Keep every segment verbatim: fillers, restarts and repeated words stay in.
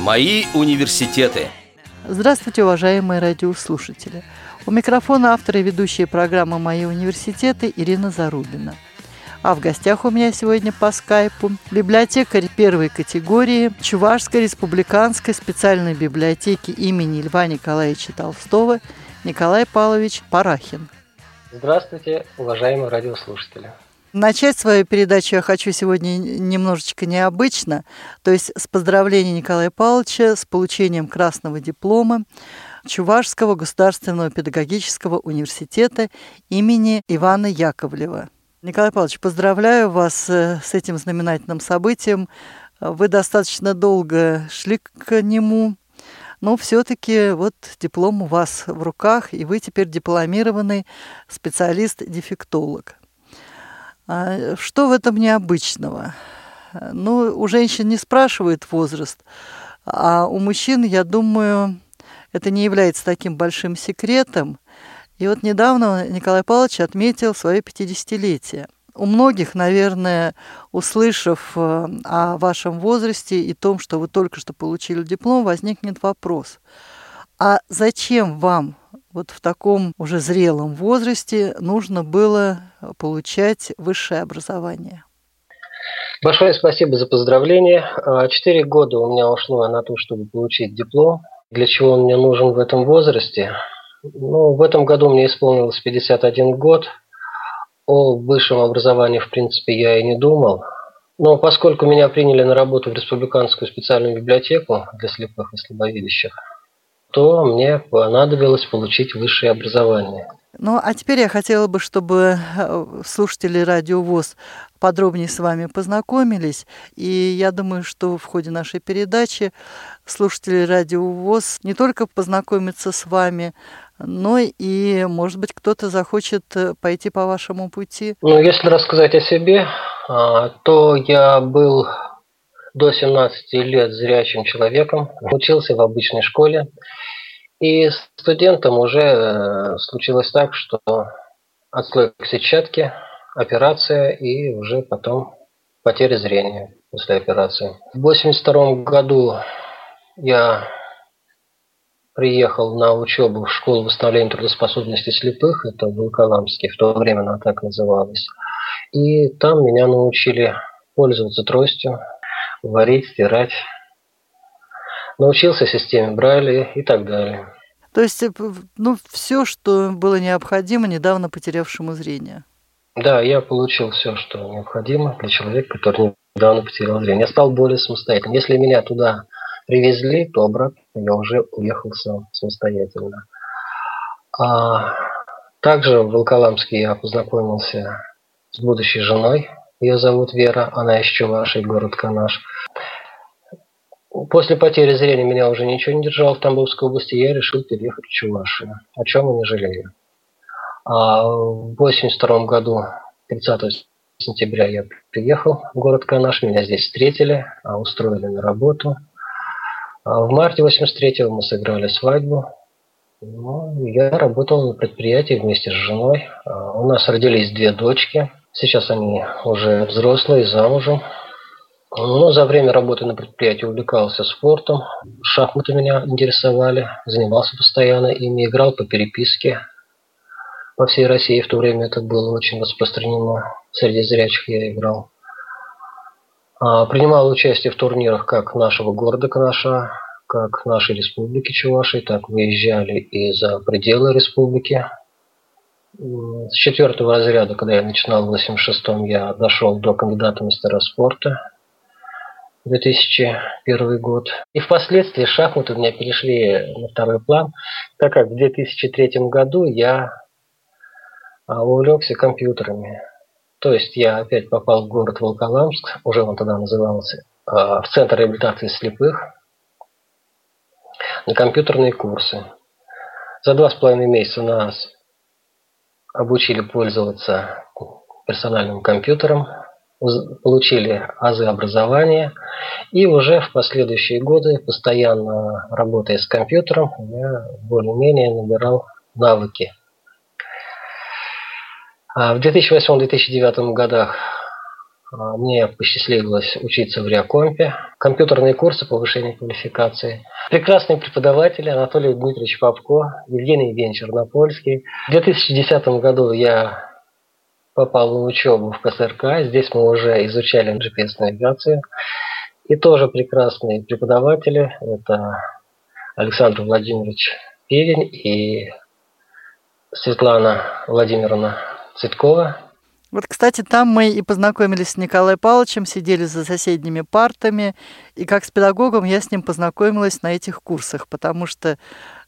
Мои университеты. Здравствуйте, уважаемые радиослушатели. У микрофона автор и ведущая программы «Мои университеты» Ирина Зарубина. А в гостях у меня сегодня по скайпу библиотекарь первой категории Чувашской республиканской специальной библиотеки имени Льва Николаевича Толстого Николай Павлович Парахин. Здравствуйте, уважаемые радиослушатели. Начать свою передачу я хочу сегодня немножечко необычно, то есть с поздравления Николая Павловича с получением красного диплома Чувашского государственного педагогического университета имени Ивана Яковлева. Николай Павлович, поздравляю вас с этим знаменательным событием. Вы достаточно долго шли к нему, но все-таки вот диплом у вас в руках, и вы теперь дипломированный специалист-дефектолог. Что в этом необычного? Ну, у женщин не спрашивают возраст, а у мужчин, я думаю, это не является таким большим секретом. И вот недавно Николай Павлович отметил свое пятидесятилетие. У многих, наверное, услышав о вашем возрасте и том, что вы только что получили диплом, возникнет вопрос: а зачем вам вот в таком уже зрелом возрасте нужно было получать высшее образование? Большое спасибо за поздравление. Четыре года у меня ушло на то, чтобы получить диплом. Для чего он мне нужен в этом возрасте? Ну, в этом году мне исполнилось пятьдесят один год. О высшем образовании, в принципе, я и не думал. Но поскольку меня приняли на работу в Республиканскую специальную библиотеку для слепых и слабовидящих, то мне понадобилось получить высшее образование. Ну, а теперь я хотела бы, чтобы слушатели Радио ВОС подробнее с вами познакомились. И я думаю, что в ходе нашей передачи слушатели Радио ВОС не только познакомятся с вами, но и, может быть, кто-то захочет пойти по вашему пути. Ну, если рассказать о себе, то я был до семнадцати лет зрячим человеком, учился в обычной школе. И студентам уже случилось так, что отслойка сетчатки, операция и уже потом потеря зрения после операции. В восемьдесят втором году я приехал на учебу в школу восстановления трудоспособности слепых, это в Волоколамске, в то время она так называлась. И там меня научили пользоваться тростью, варить, стирать. Научился системе Брайля и так далее. То есть, ну, все, что было необходимо недавно потерявшему зрение. Да, я получил все, что необходимо для человека, который недавно потерял зрение. Я стал более самостоятельным. Если меня туда привезли, то обратно я уже уехал сам самостоятельно. А также в Волоколамске я познакомился с будущей женой. Ее зовут Вера, она из Чувашии, город Канаш. После потери зрения меня уже ничего не держало в Тамбовской области, я решил переехать в Чувашию, о чем и не жалею. А в восемьдесят втором году, тридцатого сентября, я приехал в город Канаш, меня здесь встретили, устроили на работу. А в марте восемьдесят третьего мы сыграли свадьбу. Ну, я работал на предприятии вместе с женой. У нас родились две дочки, сейчас они уже взрослые, замужем. Но за время работы на предприятии увлекался спортом, шахматы меня интересовали, занимался постоянно ими, играл по переписке. По всей России в то время это было очень распространено, среди зрячих я играл. А, принимал участие в турнирах как нашего города Канаша, как нашей республики Чувашии, так выезжали и за пределы республики. С четвертого разряда, когда я начинал в восемьдесят шестом, я дошел до кандидата в мастера спорта. две тысячи первый год. И впоследствии шахматы у меня перешли на второй план, так как в две тысячи третьем году я увлекся компьютерами. То есть я опять попал в город Волоколамск, уже он тогда назывался, в Центр реабилитации слепых, на компьютерные курсы. За два с половиной месяца нас обучили пользоваться персональным компьютером, получили азы образования, и уже в последующие годы, постоянно работая с компьютером, я более-менее набирал навыки. А в две тысячи восьмом — две тысячи девятом годах Мне посчастливилось учиться в Реакомпе. Компьютерные курсы повышения квалификации. Прекрасные преподаватели Анатолий Дмитриевич Попко, Евгений Евгеньевич Чернопольский. В две тысячи десятом году я попал на учебу в ка эс эр ка. Здесь мы уже изучали джи пи эс-навигацию. И тоже прекрасные преподаватели. Это Александр Владимирович Певень и Светлана Владимировна Цветкова. Вот, кстати, там мы и познакомились с Николаем Павловичем, сидели за соседними партами, и как с педагогом я с ним познакомилась на этих курсах, потому что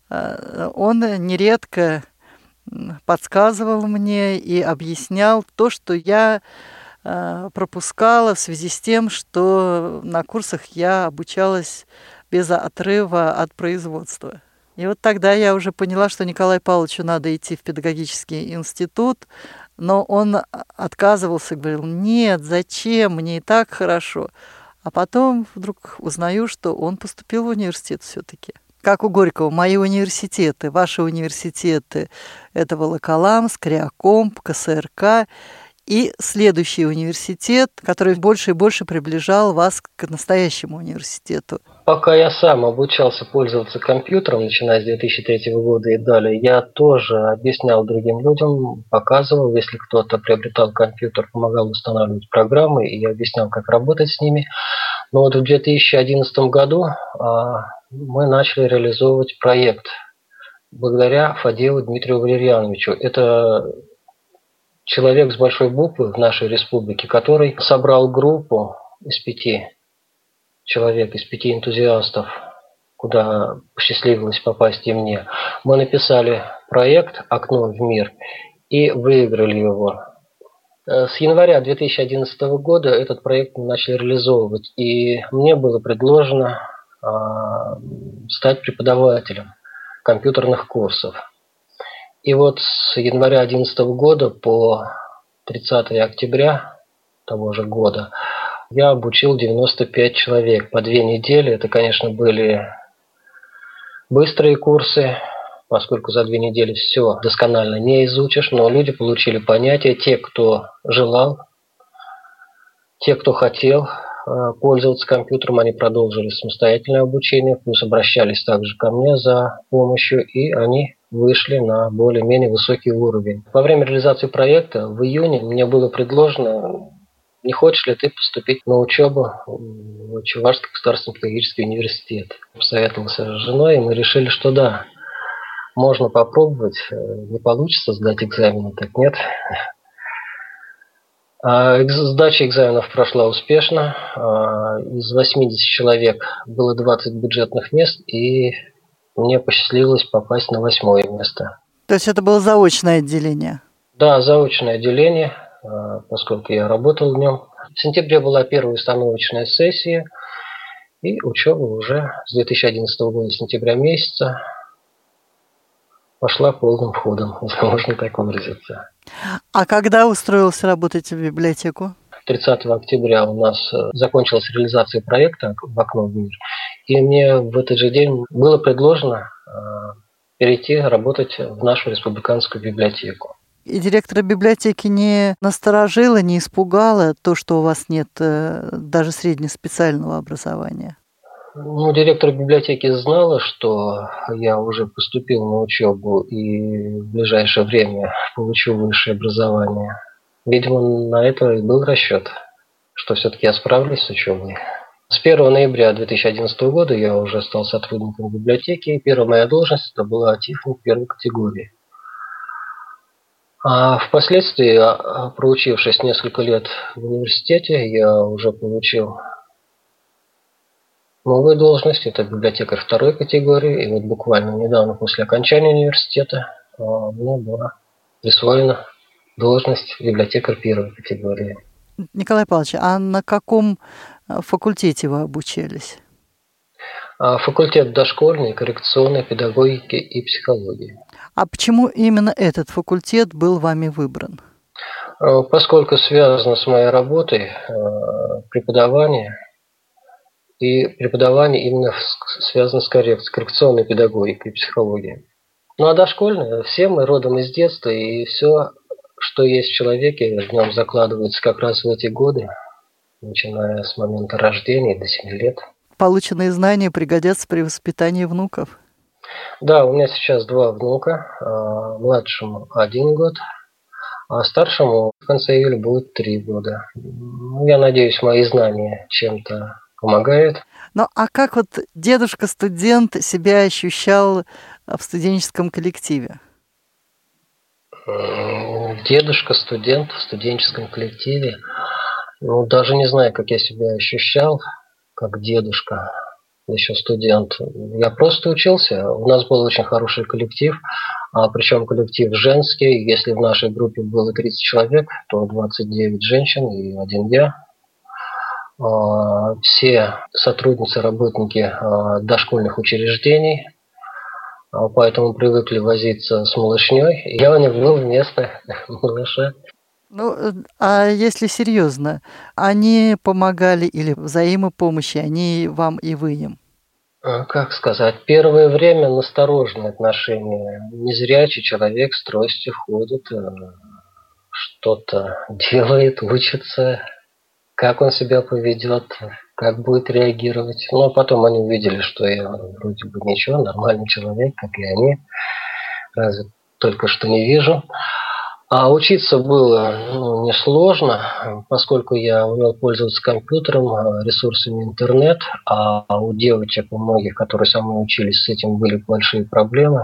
он нередко подсказывал мне и объяснял то, что я пропускала в связи с тем, что на курсах я обучалась без отрыва от производства. И вот тогда я уже поняла, что Николаю Павловичу надо идти в педагогический институт, но он отказывался, говорил: нет, зачем, мне и так хорошо. А потом вдруг узнаю, что он поступил в университет все-таки. Как у Горького, мои университеты, ваши университеты – это Волоколамск, Реакомп, ка эс эр ка. И следующий университет, который больше и больше приближал вас к настоящему университету. Пока я сам обучался пользоваться компьютером, начиная с две тысячи третьего года и далее, я тоже объяснял другим людям, показывал, если кто-то приобретал компьютер, помогал устанавливать программы, и я объяснял, как работать с ними. Но вот в две тысячи одиннадцатом году а, мы начали реализовывать проект благодаря Фадееву Дмитрию Валерьяновичу. Это человек с большой буквы в нашей республике, который собрал группу из пяти человек, из пяти энтузиастов, куда посчастливилось попасть и мне. Мы написали проект «Окно в мир» и выиграли его. С января две тысячи одиннадцатого года этот проект мы начали реализовывать, и мне было предложено э, стать преподавателем компьютерных курсов. И вот с января две тысячи одиннадцатого года по тридцатое октября того же года я обучил девяносто пять человек по две недели. Это, конечно, были быстрые курсы, поскольку за две недели все досконально не изучишь, но люди получили понятие, те, кто желал, те, кто хотел пользоваться компьютером, они продолжили самостоятельное обучение, плюс обращались также ко мне за помощью, и они вышли на более-менее высокий уровень. Во время реализации проекта в июне мне было предложено: не хочешь ли ты поступить на учебу в Чувашский государственный педагогический университет? Посоветовался с женой, и мы решили, что да, можно попробовать. Не получится сдать экзамены, так нет. Сдача экзаменов прошла успешно. Из восьмидесяти человек было двадцать бюджетных мест, и мне посчастливилось попасть на восьмое место. То есть это было заочное отделение? Да, заочное отделение, поскольку я работал в нем. В сентябре была первая установочная сессия, и учеба уже с две тысячи одиннадцатого года, сентября месяца, пошла полным ходом, если можно так выразиться. А когда устроился работать в библиотеку? тридцатого октября у нас закончилась реализация проекта в «Окно в мир», и мне в этот же день было предложено перейти работать в нашу республиканскую библиотеку. И директора библиотеки не насторожило, не испугало то, что у вас нет даже среднеспециального образования? Ну, директор библиотеки знала, что я уже поступил на учебу и в ближайшее время получу высшее образование. Видимо, на это и был расчет, что все-таки я справлюсь с учебой. С первого ноября две тысячи одиннадцатого года я уже стал сотрудником библиотеки, и первая моя должность это была ТИФ первой категории. А впоследствии, проучившись несколько лет в университете, я уже получил новую должность, это библиотекарь второй категории, и вот буквально недавно после окончания университета мне была присвоена должность библиотекарь первой категории. Николай Павлович, а на каком факультете вы обучались? Факультет дошкольной, коррекционной педагогики и психологии. А почему именно этот факультет был вами выбран? Поскольку связано с моей работой преподавание, и преподавание именно связано с коррекционной педагогикой и психологией. Ну а дошкольное, все мы родом из детства, и все, что есть в человеке, в нем закладывается как раз в эти годы. начиная с момента рождения до семи лет. Полученные знания пригодятся при воспитании внуков. Да, у меня сейчас два внука. Младшему один год, а старшему в конце июля будет три года. Я надеюсь, мои знания чем-то помогают. Ну, а как вот дедушка-студент себя ощущал в студенческом коллективе? Дедушка-студент в студенческом коллективе. Ну, даже не знаю, как я себя ощущал, как дедушка, еще студент. Я просто учился. У нас был очень хороший коллектив, а причем коллектив женский. Если в нашей группе было тридцать человек, то двадцать девять женщин и один я. Все сотрудницы, работники дошкольных учреждений, поэтому привыкли возиться с малышней. Я у них был вместо малыша. Ну, а если серьезно, они помогали или взаимопомощи, они вам и вы им? Как сказать, первое время настороженные отношения. Незрячий человек с тростью ходит, что-то делает, учится, как он себя поведет, как будет реагировать. Ну, а потом они увидели, что я вроде бы ничего, нормальный человек, как и они. Разве только что не вижу. А учиться было ну, несложно, поскольку я умел пользоваться компьютером, ресурсами интернет, а у девочек, у многих, которые со мной учились, с этим были большие проблемы.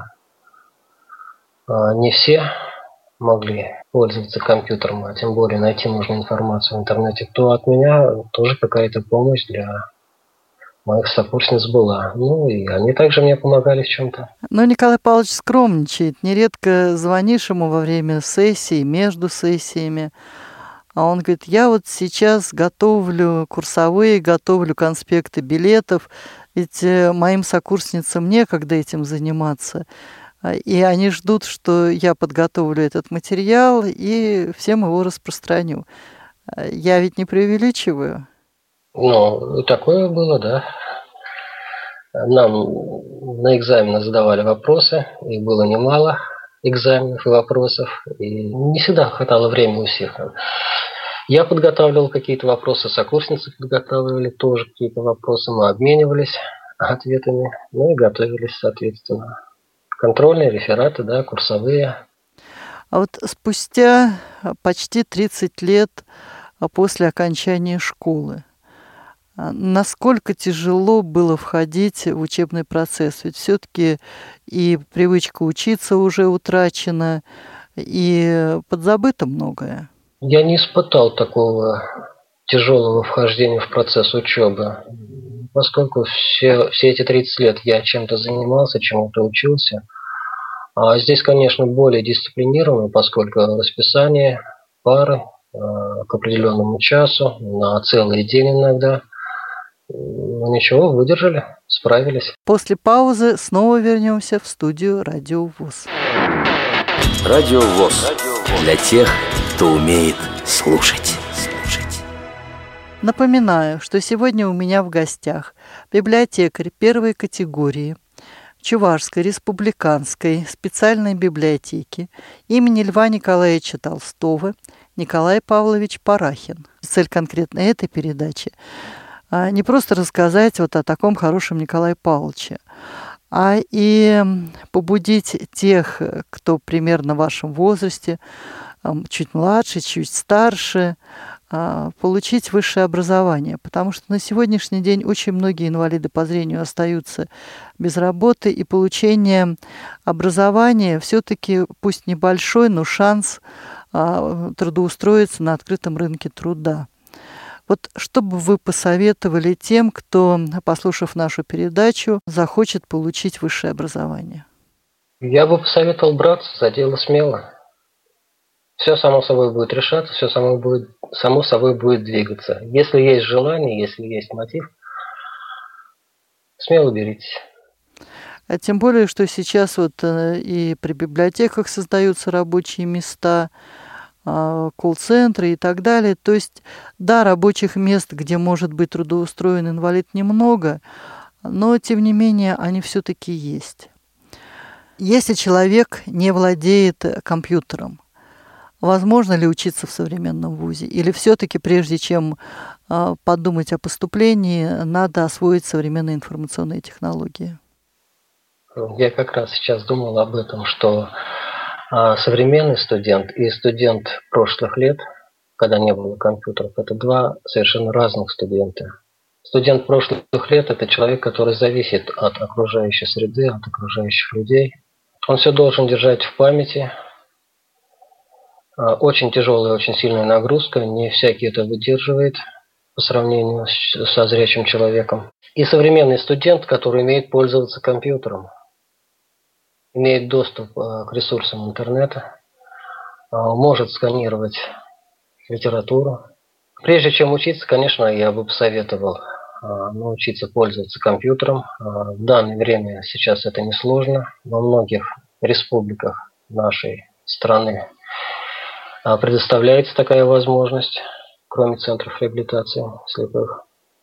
Не все могли пользоваться компьютером, а тем более найти нужную информацию в интернете, то от меня тоже какая-то помощь для моих сокурсниц была. Ну, и они также мне помогали в чем-то. Но Николай Павлович скромничает. Нередко звонишь ему во время сессий, между сессиями, а он говорит, я вот сейчас готовлю курсовые, готовлю конспекты билетов, ведь моим сокурсницам некогда этим заниматься. И они ждут, что я подготовлю этот материал и всем его распространю. Я ведь не преувеличиваю. Ну, такое было, да. Нам на экзаменах задавали вопросы, и было немало экзаменов и вопросов, и не всегда хватало времени у всех. Я подготавливал какие-то вопросы, сокурсницы подготавливали тоже какие-то вопросы, мы обменивались ответами, ну и готовились соответственно. Контрольные, рефераты, да, курсовые. А вот спустя почти тридцать лет после окончания школы, насколько тяжело было входить в учебный процесс? Ведь все-таки и привычка учиться уже утрачена, и подзабыто многое. Я не испытал такого тяжелого вхождения в процесс учебы, поскольку все, все эти тридцать лет я чем-то занимался, чему-то учился. А здесь, конечно, более дисциплинированно, поскольку расписание, пары э, к определенному часу, на целый день иногда. Ну ничего, выдержали, справились. После паузы снова вернемся в студию Радио ВОС. Радио ВОС. Для тех, кто умеет слушать. Напоминаю, что сегодня у меня в гостях библиотекарь первой категории Чувашской республиканской специальной библиотеки имени Льва Николаевича Толстого Николай Павлович Парахин. Цель конкретно этой передачи – не просто рассказать вот о таком хорошем Николае Павловиче, а и побудить тех, кто примерно в вашем возрасте, чуть младше, чуть старше, получить высшее образование. Потому что на сегодняшний день очень многие инвалиды по зрению остаются без работы, и получение образования все-таки, пусть небольшой, но шанс трудоустроиться на открытом рынке труда. Вот что бы вы посоветовали тем, кто, послушав нашу передачу, захочет получить высшее образование? Я бы посоветовал браться за дело смело. Все само собой будет решаться, все само, будет, само собой будет двигаться. Если есть желание, если есть мотив, смело беритесь. А тем более, что сейчас вот и при библиотеках создаются рабочие места, колл-центры и так далее. То есть, да, рабочих мест, где может быть трудоустроен инвалид, немного, но, тем не менее, они все-таки есть. Если человек не владеет компьютером, Возможно ли учиться в современном вузе? Или все-таки прежде чем э, подумать о поступлении, надо освоить современные информационные технологии? Я как раз сейчас думал об этом, что а, современный студент и студент прошлых лет, когда не было компьютеров, это два совершенно разных студента. Студент прошлых лет – это человек, который зависит от окружающей среды, от окружающих людей. Он все должен держать в памяти. Очень тяжелая, очень сильная нагрузка. Не всякий это выдерживает по сравнению со зрячим человеком. И современный студент, который умеет пользоваться компьютером, имеет доступ к ресурсам интернета, может сканировать литературу. Прежде чем учиться, конечно, я бы посоветовал научиться пользоваться компьютером. В данное время сейчас это несложно. Во многих республиках нашей страны предоставляется такая возможность, кроме центров реабилитации слепых.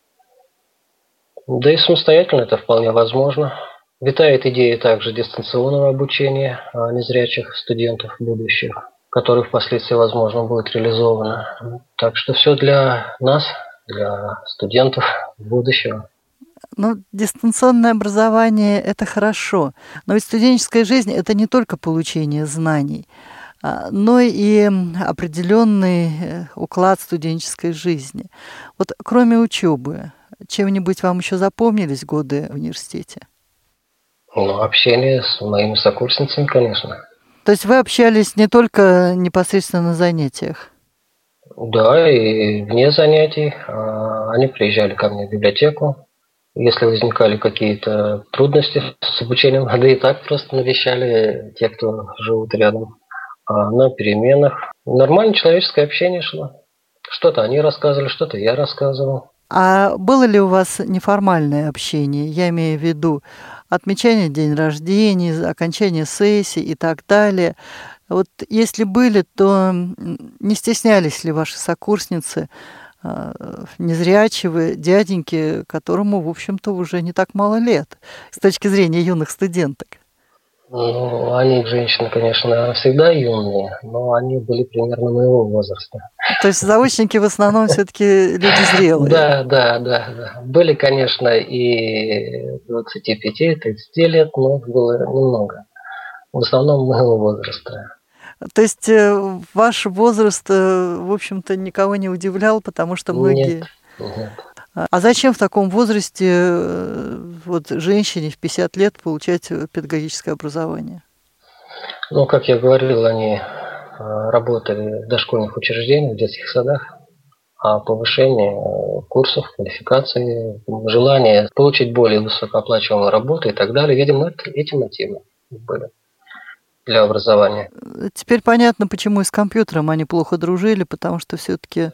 Да и самостоятельно это вполне возможно. Витает идея также дистанционного обучения незрячих студентов будущих, которые впоследствии, возможно, будет реализовано. Так что все для нас, для студентов будущего. Ну, дистанционное образование – это хорошо, но ведь студенческая жизнь – это не только получение знаний, но и определенный уклад студенческой жизни. Вот кроме учебы, чем-нибудь вам еще запомнились годы в университете? Ну, общение с моими сокурсницами, конечно. То есть вы общались не только непосредственно на занятиях? Да, и вне занятий. Они приезжали ко мне в библиотеку. Если возникали какие-то трудности с обучением, да и так просто навещали те, кто живут рядом. На переменах. Нормальное человеческое общение шло. Что-то они рассказывали, что-то я рассказывал. А было ли у вас неформальное общение? Я имею в виду отмечание день рождения, окончание сессии и так далее. Вот если были, то не стеснялись ли ваши сокурсницы незрячего дяденьки, которому, в общем-то, уже не так мало лет, с точки зрения юных студенток? Ну, они, женщины, конечно, всегда юные, но они были примерно моего возраста. То есть заочники в основном все-таки люди зрелые? Да, да, да, да. Были, конечно, и двадцати пяти, тридцати лет, но было немного. В основном моего возраста. То есть ваш возраст, в общем-то, никого не удивлял, потому что многие... Нет, нет. А зачем в таком возрасте вот, женщине в пятьдесят лет получать педагогическое образование? Ну, как я говорил, они работали в дошкольных учреждениях, в детских садах, а повышение курсов, квалификации, желание получить более высокооплачиваемую работу и так далее, видимо, это, эти мотивы были для образования. Теперь понятно, почему и с компьютером они плохо дружили, потому что все-таки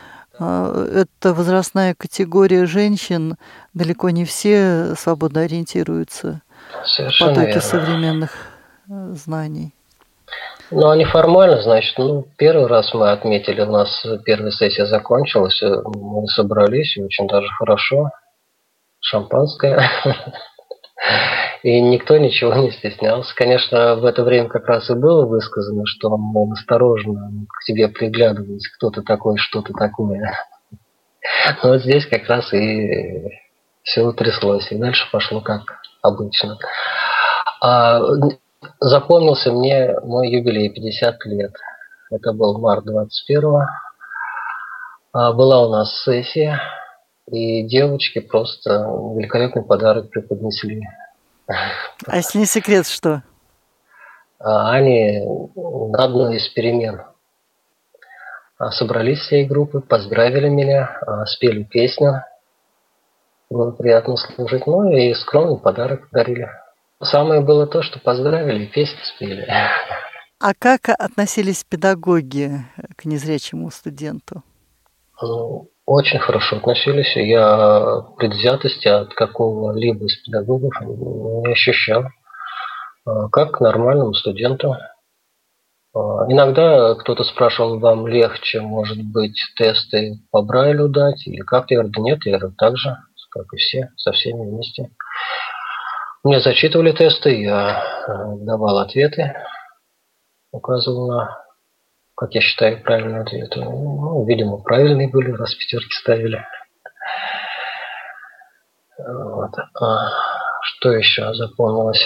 эта возрастная категория женщин, далеко не все свободно ориентируются в потоке современных знаний. Ну, а неформально, значит, ну, первый раз мы отметили, у нас первая сессия закончилась, мы собрались, и очень даже хорошо, шампанское, и никто ничего не стеснялся. Конечно, в это время как раз и было высказано, что мы осторожно к тебе приглядывались, кто ты такой, что ты такое. Но вот здесь как раз и все утряслось, и дальше пошло как обычно. А запомнился мне мой юбилей, пятьдесят лет. Это был март двадцать первого. Была у нас сессия, и девочки просто великолепный подарок преподнесли. А если не секрет, что? Они на одной из перемен собрались всей группы, поздравили меня, спели песню. Было приятно слушать. Ну и скромный подарок дарили. Самое было то, что поздравили и песню спели. А как относились педагоги к незрячему студенту? Очень хорошо относились. Я предвзятости от какого-либо из педагогов не ощущал. Как к нормальному студенту. Иногда кто-то спрашивал, вам легче, может быть, тесты по Брайлю дать? Или как? Я говорю, да нет, я говорю, так же, как и все, со всеми вместе. Мне зачитывали тесты, я давал ответы, указывал на как я считаю, правильные ответы. Ну, видимо, правильные были, раз пятерки ставили. Вот. А что еще запомнилось?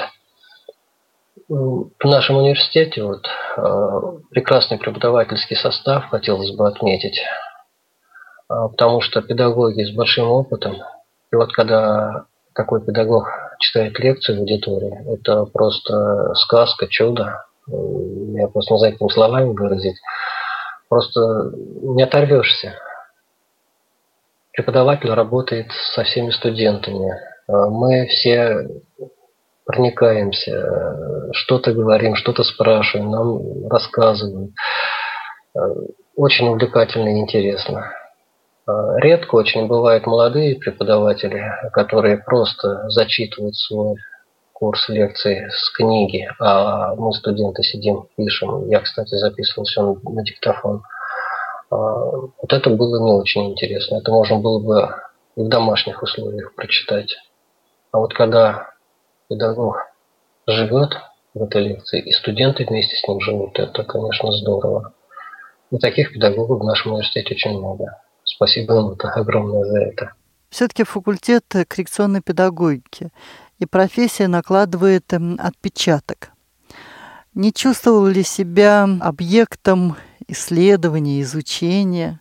В нашем университете вот, прекрасный преподавательский состав хотелось бы отметить, потому что педагоги с большим опытом, и вот когда такой педагог читает лекцию в аудитории, это просто сказка, чудо. Я просто не знаю, какими словами выразить. Просто не оторвешься. Преподаватель работает со всеми студентами. Мы все проникаемся, что-то говорим, что-то спрашиваем, нам рассказывают. Очень увлекательно и интересно. Редко очень бывают молодые преподаватели, которые просто зачитывают свой курс лекций с книги, а мы, студенты, сидим, пишем. Я, кстати, записывал все на диктофон. Вот это было не очень интересно. Это можно было бы и в домашних условиях прочитать. А вот когда педагог живет в этой лекции, и студенты вместе с ним живут, это, конечно, здорово. И таких педагогов в нашем университете очень много. Спасибо им огромное за это. Все-таки факультет коррекционной педагогики, и профессия накладывает отпечаток. Не чувствовал ли себя объектом исследования, изучения?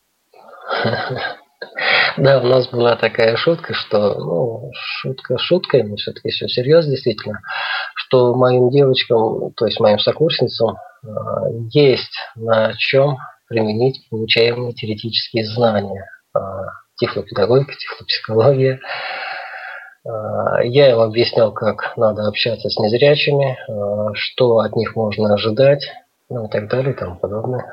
Да, у нас была такая шутка, что, ну, шутка шуткой, но все-таки все серьезно, действительно, что моим девочкам, то есть моим сокурсницам, есть на чем применить получаемые теоретические знания. Тифлопедагогика, тифлопсихология. Я им объяснял, как надо общаться с незрячими, что от них можно ожидать, ну и так далее и тому подобное.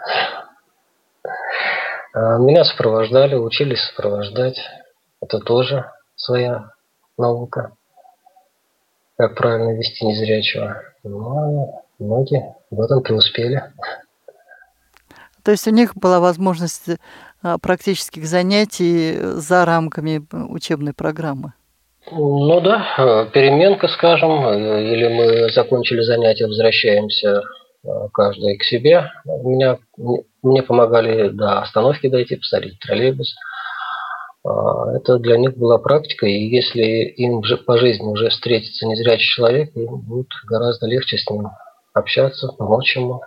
Меня сопровождали, учились сопровождать. Это тоже своя наука. Как правильно вести незрячего. Но многие в этом преуспели. То есть у них была возможность практических занятий за рамками учебной программы? Ну да, переменка, скажем, или мы закончили занятия, возвращаемся каждый к себе. Меня, мне помогали до остановки дойти, посадить троллейбус. Это для них была практика, и если им по жизни уже встретится незрячий человек, им будет гораздо легче с ним общаться, помочь ему.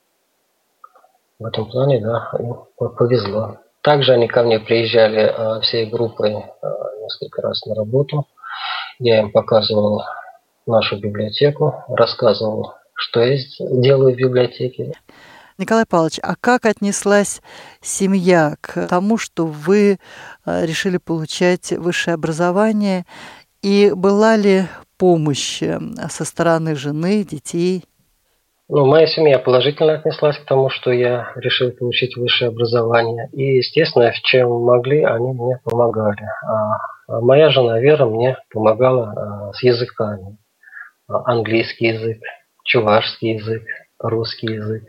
В этом плане, да, им повезло. Также они ко мне приезжали всей группой несколько раз на работу. Я им показывал нашу библиотеку, рассказывал, что я делаю в библиотеке. Николай Павлович, а как отнеслась семья к тому, что вы решили получать высшее образование? И была ли помощь со стороны жены, детей? Ну, моя семья положительно отнеслась к тому, что я решил получить высшее образование. И, естественно, в чем могли, они мне помогали. А моя жена Вера мне помогала с языками. Английский язык, чувашский язык, русский язык.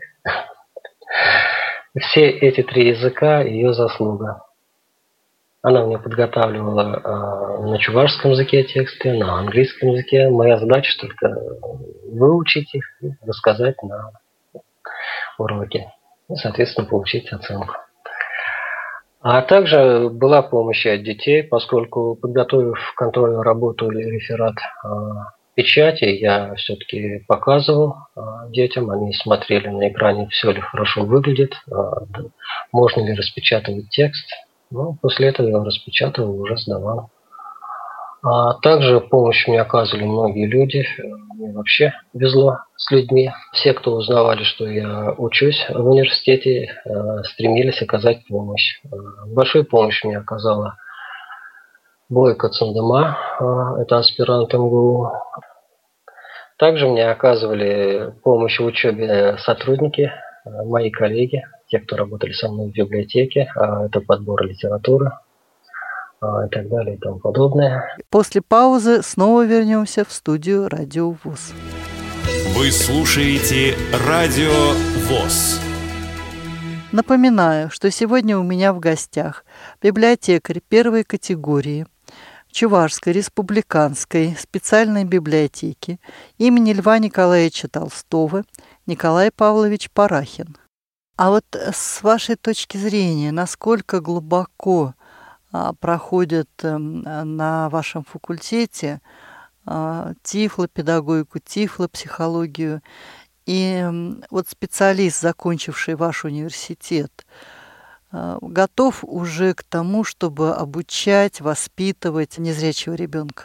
Все эти три языка – ее заслуга. Она мне подготавливала на чувашском языке тексты, на английском языке. Моя задача только выучить их и рассказать на уроке. И, соответственно, получить оценку. А также была помощь от детей, поскольку, подготовив контрольную работу или реферат печати, я все-таки показывал детям. Они смотрели на экране, все ли хорошо выглядит, можно ли распечатывать текст. Ну, после этого я распечатывал и уже сдавал. А также помощь мне оказывали многие люди. Мне вообще везло с людьми. Все, кто узнавали, что я учусь в университете, стремились оказать помощь. Большую помощь мне оказала Бойко Цандема, это аспирант эм гэ у. Также мне оказывали помощь в учебе сотрудники, мои коллеги, те, кто работали со мной в библиотеке. Это подбор литературы и так далее и тому подобное. После паузы снова вернемся в студию Радио ВОС. Вы слушаете Радио ВОС. Напоминаю, что сегодня у меня в гостях библиотекарь первой категории Чувашской республиканской специальной библиотеки имени Льва Николаевича Толстого Николай Павлович Парахин. А вот с вашей точки зрения, насколько глубоко а, проходят а, на вашем факультете а, тифлопедагогику, тифлопсихологию, и м, вот специалист, закончивший ваш университет, а, готов уже к тому, чтобы обучать, воспитывать незрячего ребенка?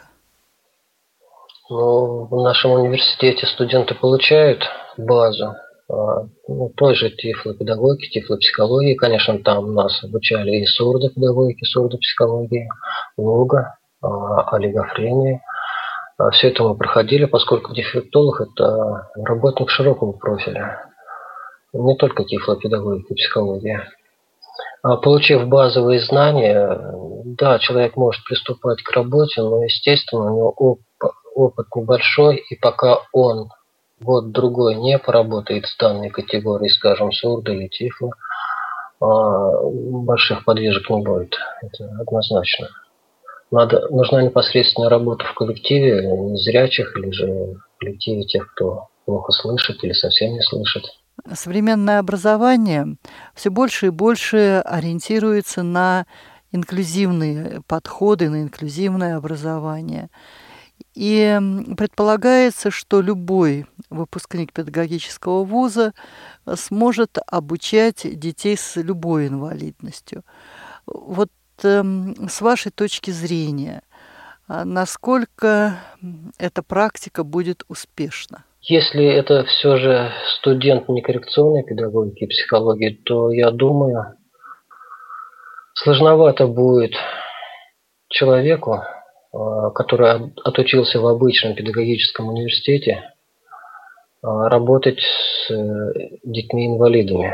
Ну, в нашем университете студенты получают базу а, ну, той же тифлопедагогики, тифлопсихологии. Конечно, там нас обучали и сурдопедагогике, сурдопсихологии, лого, а, олигофрении. А все это мы проходили, поскольку дефектолог – это работник широкого профиля, не только тифлопедагогика и психология. А получив базовые знания, да, человек может приступать к работе, но, естественно, у него оп- опыт небольшой, и пока он год-другой не поработает с данной категорией, скажем, сурдо или тифло, больших подвижек не будет. Это однозначно. Надо, нужна непосредственная работа в коллективе незрячих или же в коллективе тех, кто плохо слышит или совсем не слышит. Современное образование все больше и больше ориентируется на инклюзивные подходы, на инклюзивное образование. И предполагается, что любой выпускник педагогического вуза сможет обучать детей с любой инвалидностью. Вот э, с вашей точки зрения, насколько эта практика будет успешна? Если это все же студент некоррекционной педагогики и психологии, то я думаю, сложновато будет человеку, который отучился в обычном педагогическом университете, работать с детьми-инвалидами.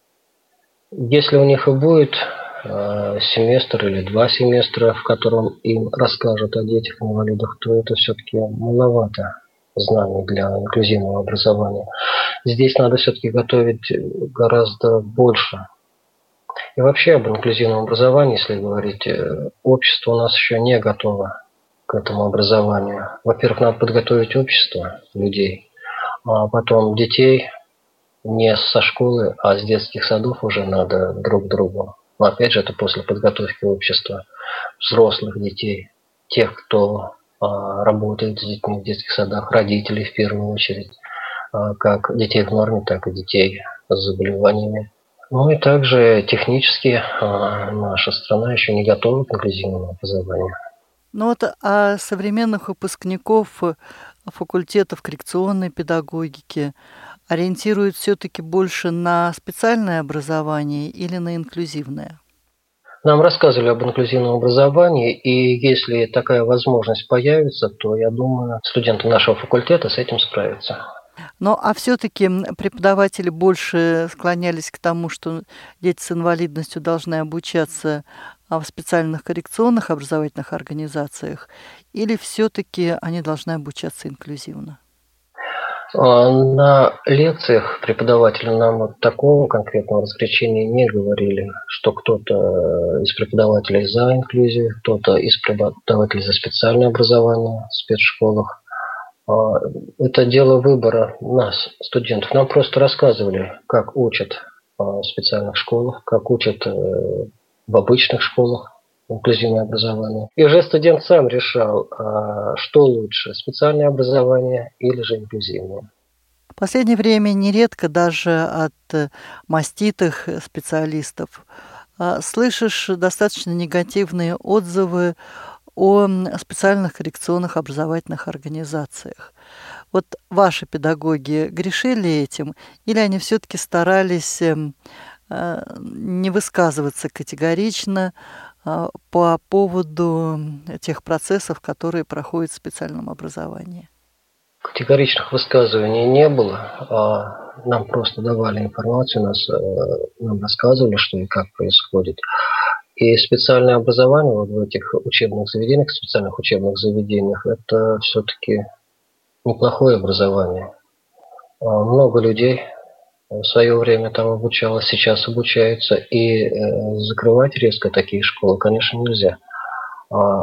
Если у них и будет семестр или два семестра, в котором им расскажут о детях-инвалидах, то это все-таки маловато знаний для инклюзивного образования. Здесь надо все-таки готовить гораздо больше. И вообще об инклюзивном образовании, если говорить, общество у нас еще не готово к этому образованию. Во-первых, надо подготовить общество людей, а потом детей не со школы, а с детских садов уже надо друг к другу. Но опять же, это после подготовки общества, взрослых детей, тех, кто а, работает с детьми в детских садах, родителей в первую очередь, а, как детей в норме, так и детей с заболеваниями. Ну и также технически а, наша страна еще не готова к инклюзивному образованию. Ну вот а современных выпускников факультетов коррекционной педагогики ориентируют все-таки больше на специальное образование или на инклюзивное? Нам рассказывали об инклюзивном образовании, и если такая возможность появится, то, я думаю, студенты нашего факультета с этим справятся. Ну, а все-таки преподаватели больше склонялись к тому, что дети с инвалидностью должны обучаться в специальных коррекционных образовательных организациях, или все-таки они должны обучаться инклюзивно? На лекциях преподаватели нам вот такого конкретного разграничения не говорили, что кто-то из преподавателей за инклюзию, кто-то из преподавателей за специальное образование в спецшколах. Это дело выбора нас, студентов. Нам просто рассказывали, как учат в специальных школах, как учат в обычных школах инклюзивное образование. И уже студент сам решал, что лучше, специальное образование или же инклюзивное. В последнее время нередко даже от маститых специалистов слышишь достаточно негативные отзывы о специальных коррекционных образовательных организациях. Вот ваши педагоги грешили этим, или они все-таки старались не высказываться категорично по поводу тех процессов, которые проходят в специальном образовании? Категоричных высказываний не было. Нам просто давали информацию, нас, нам рассказывали, что и как происходит. И специальное образование вот в этих учебных заведениях, специальных учебных заведениях, это все-таки неплохое образование. Много людей в свое время там обучалось, сейчас обучаются. И закрывать резко такие школы, конечно, нельзя.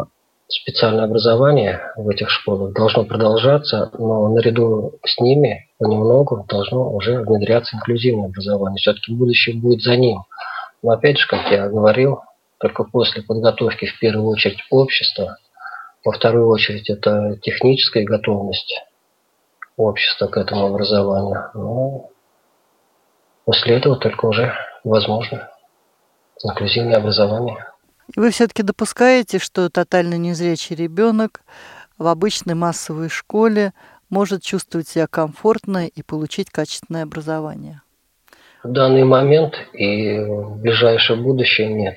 специальное образование в этих школах должно продолжаться, но наряду с ними понемногу должно уже внедряться инклюзивное образование. Все-таки будущее будет за ним. Но опять же, как я говорил, только после подготовки в первую очередь общества, во вторую очередь это техническая готовность общества к этому образованию. Но после этого только уже возможно инклюзивное образование. И вы все-таки допускаете, что тотально незрячий ребенок в обычной массовой школе может чувствовать себя комфортно и получить качественное образование? В данный момент и в ближайшее будущее нет.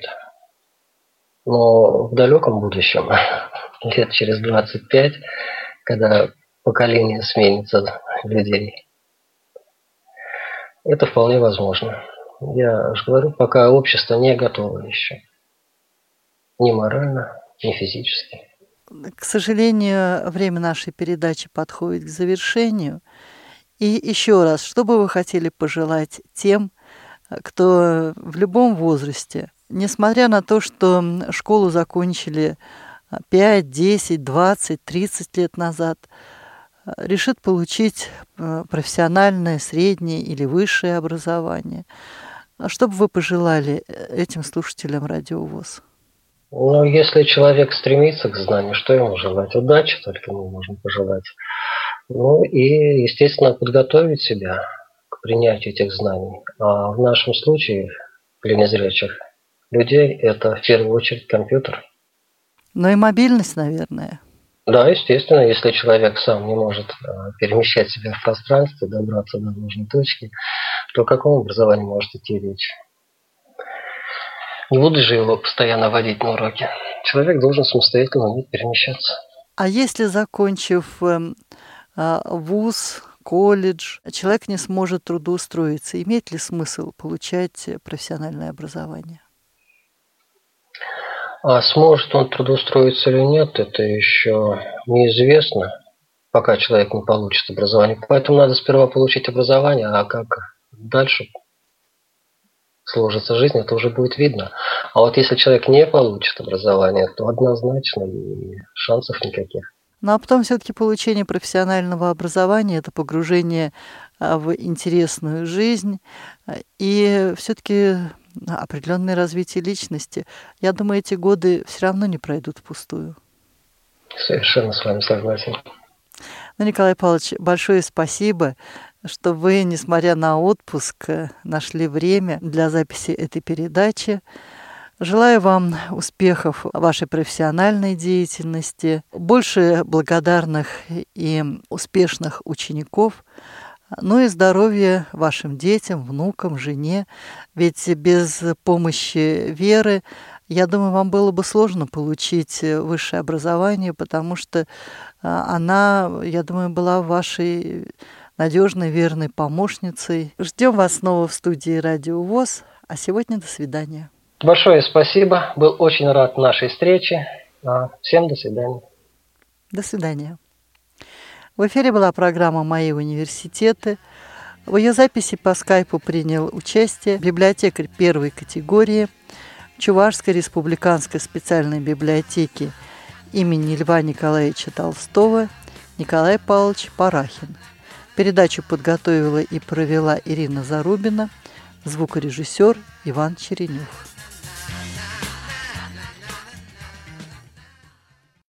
Но в далеком будущем, лет через двадцать пять, когда поколение сменится людей, это вполне возможно. Я же говорю, пока общество не готово еще. Ни морально, ни физически. К сожалению, время нашей передачи подходит к завершению. И еще раз, что бы вы хотели пожелать тем, кто в любом возрасте, несмотря на то, что школу закончили пять, десять, двадцать, тридцать лет назад, решит получить профессиональное, среднее или высшее образование? Что бы вы пожелали этим слушателям Радио ВОС? Ну, если человек стремится к знанию, что ему желать? Удачи только ему можно пожелать. Ну и, естественно, подготовить себя к принятию этих знаний. А в нашем случае, для незрячих людей, это в первую очередь компьютер. Ну и мобильность, наверное. Да, естественно, если человек сам не может перемещать себя в пространстве, добраться до нужной точки, то о каком образовании может идти речь? Не буду же его постоянно водить на уроки. Человек должен самостоятельно уметь перемещаться. А если, закончив э, э, вуз, колледж, человек не сможет трудоустроиться, имеет ли смысл получать профессиональное образование? А сможет он трудоустроиться или нет, это еще неизвестно, пока человек не получит образование. Поэтому надо сперва получить образование, а как дальше сложится жизнь, это уже будет видно. А вот если человек не получит образование, то однозначно и шансов никаких. Ну а потом все-таки получение профессионального образования – это погружение в интересную жизнь и все-таки определенное развитие личности. Я думаю, эти годы все равно не пройдут впустую. Совершенно с вами согласен. Ну, Николай Павлович, большое спасибо, что вы, несмотря на отпуск, нашли время для записи этой передачи. Желаю вам успехов в вашей профессиональной деятельности, больше благодарных и успешных учеников, ну и здоровья вашим детям, внукам, жене. Ведь без помощи Веры, я думаю, вам было бы сложно получить высшее образование, потому что она, я думаю, была вашей надежной, верной помощницей. Ждем вас снова в студии Радио ВОС, а сегодня до свидания. Большое спасибо. Был очень рад нашей встрече. Всем до свидания. До свидания. В эфире была программа «Мои университеты». В ее записи по скайпу принял участие библиотекарь первой категории Чувашской республиканской специальной библиотеки имени Льва Николаевича Толстого Николай Павлович Парахин. Передачу подготовила и провела Ирина Зарубина, звукорежиссер Иван Черенев.